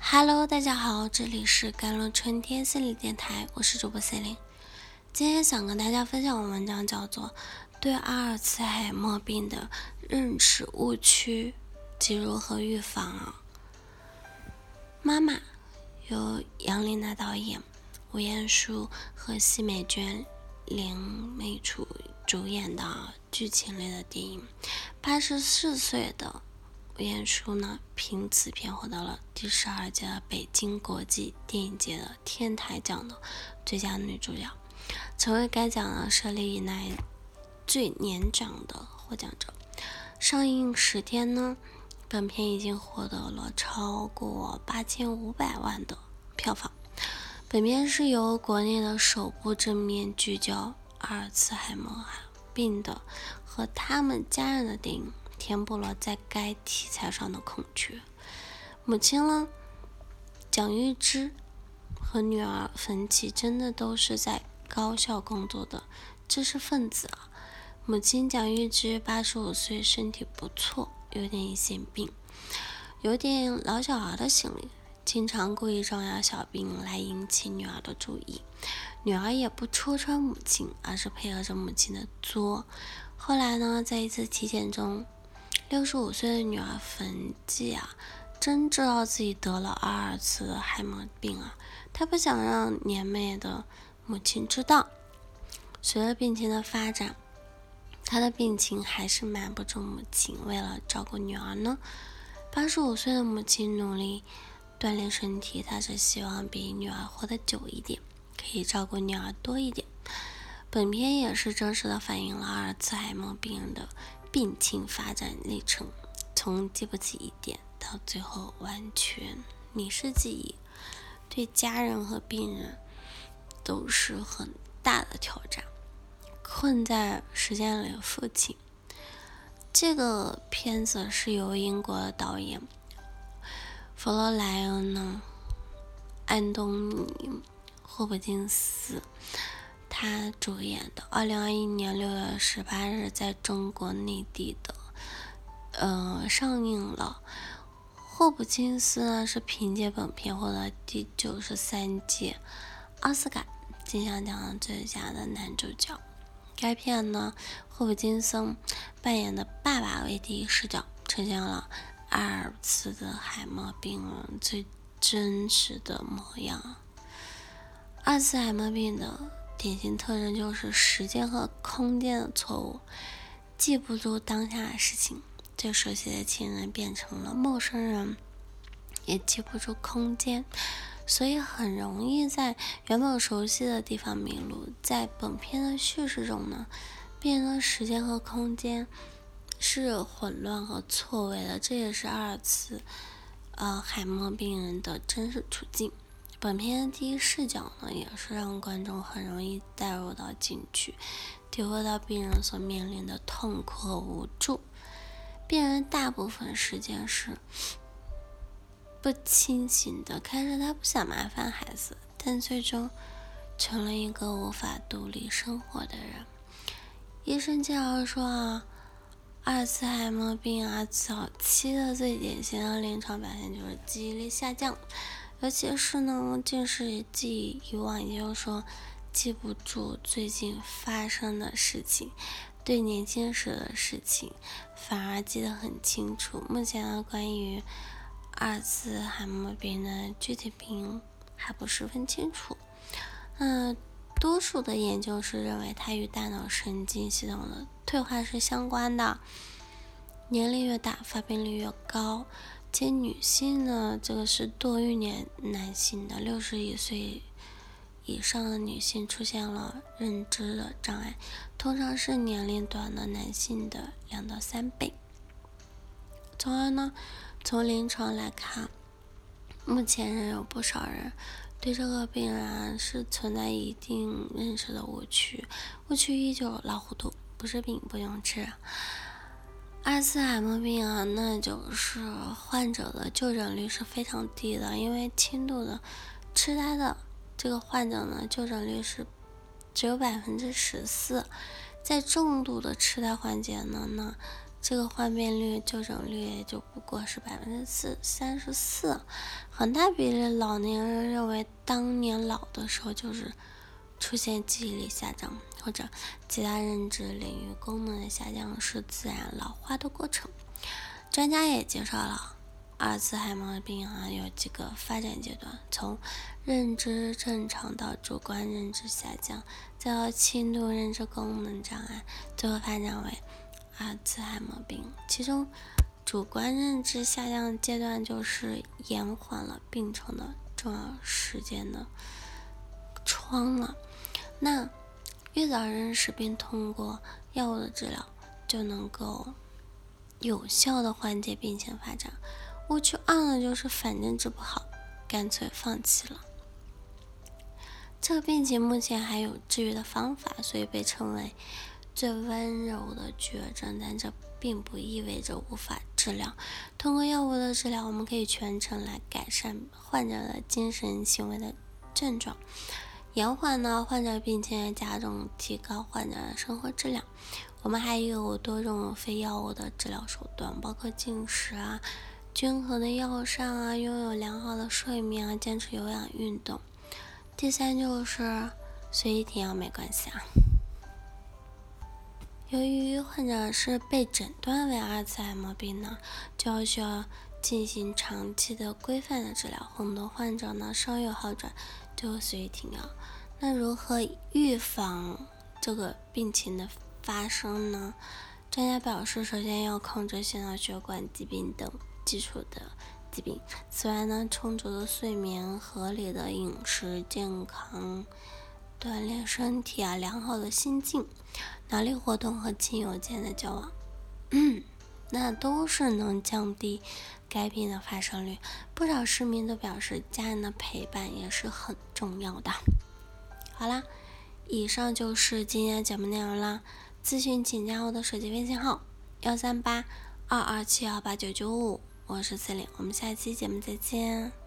Hello，大家好，这里是甘露春天心理电台，我是主播森林。今天想跟大家分享的文章叫做对阿尔茨海默病的认识误区及如何预防。妈妈由杨丽娜导演，吴彦姝和奚美娟、林美楚主演的剧情类的电影。84岁的吴彦姝呢，凭此片获得了第12届的北京国际电影节的天台奖的最佳女主角，成为该奖的设立以来最年长的获奖者。上映10天呢，本片已经获得了超过8500万的票房。本片是由国内的首部正面聚焦阿尔茨海默病的和他们家人的电影，填补了在该题材上的空缺。母亲呢，蒋玉芝和女儿冯琪真的都是在高校工作的知识分子啊。母亲蒋玉芝85岁，身体不错，有点疑心病，有点老小孩的心理，经常故意张牙小病来引起女儿的注意。女儿也不戳穿母亲，而是配合着母亲的作。后来呢，在一次体检中，65岁的女儿冯骥真知道自己得了阿尔茨海默病她不想让年迈的母亲知道。随着病情的发展，她的病情还是瞒不住母亲。为了照顾女儿呢，85岁的母亲努力锻炼身体，她是希望比女儿活得久一点，可以照顾女儿多一点。本片也是真实的反映了阿尔茨海默病人的病情发展历程，从记不起一点到最后完全迷失记忆，对家人和病人都是很大的挑战。困在时间里的父亲，这个片子是由英国的导演弗洛莱恩呢安东尼霍普金斯他主演的，2021年6月18日在中国内地的上映了。霍普金斯呢是凭借本片获得第93届奥斯卡金像奖的最佳的男主角。该片呢，霍普金斯扮演的爸爸为第一视角，呈现了阿尔茨海默病人最真实的模样。阿尔茨海默病的典型特征就是时间和空间的错误，记不住当下的事情，最熟悉的亲人变成了陌生人，也记不住空间，所以很容易在原本熟悉的地方迷路。在本片的叙事中呢，病人的时间和空间是混乱和错位的，这也是阿尔茨海默病人的真实处境。本片的第一视角呢，也是让观众很容易带入到进去，体会到病人所面临的痛苦和无助。病人大部分时间是不清醒的，开始他不想麻烦孩子，但最终成了一个无法独立生活的人。医生介绍说阿尔茨海默病早期的最典型的临床表现就是记忆力下降，尤其是呢近视、记忆遗忘，也就是说记不住最近发生的事情，对年轻时的事情反而记得很清楚。目前呢，关于阿尔茨海默病的具体病因还不十分清楚。多数的研究是认为它与大脑神经系统的退化是相关的，年龄越大发病率越高，且女性呢，这个是多于男性的，61岁以上的女性出现了认知的障碍，通常是年龄短的男性的2到3倍。从而呢，从临床来看，目前仍有不少人对这个病人是存在一定认识的误区，误区依旧老糊涂，不是病不用吃。阿尔茨海默病那就是患者的就诊率是非常低的，因为轻度的痴呆的这个患者呢，就诊率是只有14%，在重度的痴呆患者呢， 这个患病率、就诊率也就不过是34%。很大比例老年人认为当年老的时候就是出现记忆力下降或者其他认知领域功能的下降是自然老化的过程。专家也介绍了阿尔茨海默病有几个发展阶段，从认知正常到主观认知下降，再到轻度认知功能障碍，最后发展为阿尔茨海默病。其中主观认知下降阶段就是延缓了病程的重要时间的窗了。那越早认识并通过药物的治疗，就能够有效的缓解病情发展。误区2呢，就是反正治不好，干脆放弃了。这个病情目前还有治愈的方法，所以被称为最温柔的绝症，但这并不意味着无法治疗。通过药物的治疗，我们可以全程来改善患者的精神行为的症状，延缓患者病情的加重，提高患者的生活质量。我们还有多种非药物的治疗手段，包括进食均衡的药膳拥有良好的睡眠坚持有氧运动。第3就是随意停药没关系由于患者是被诊断为阿尔茨海默病呢，就需要进行长期的规范的治疗。很多患者呢稍有好转就随意停药。那如何预防这个病情的发生呢？专家表示，首先要控制心脑血管疾病等基础的疾病。此外呢，充足的睡眠、合理的饮食、健康锻炼身体良好的心境、脑力活动和亲友间的交往，那都是能降低该病的发生率。不少市民都表示，家人的陪伴也是很重要的。好啦，以上就是今天的节目内容啦。咨询请加我的手机微信号13822718995，我是4零，我们下期节目再见。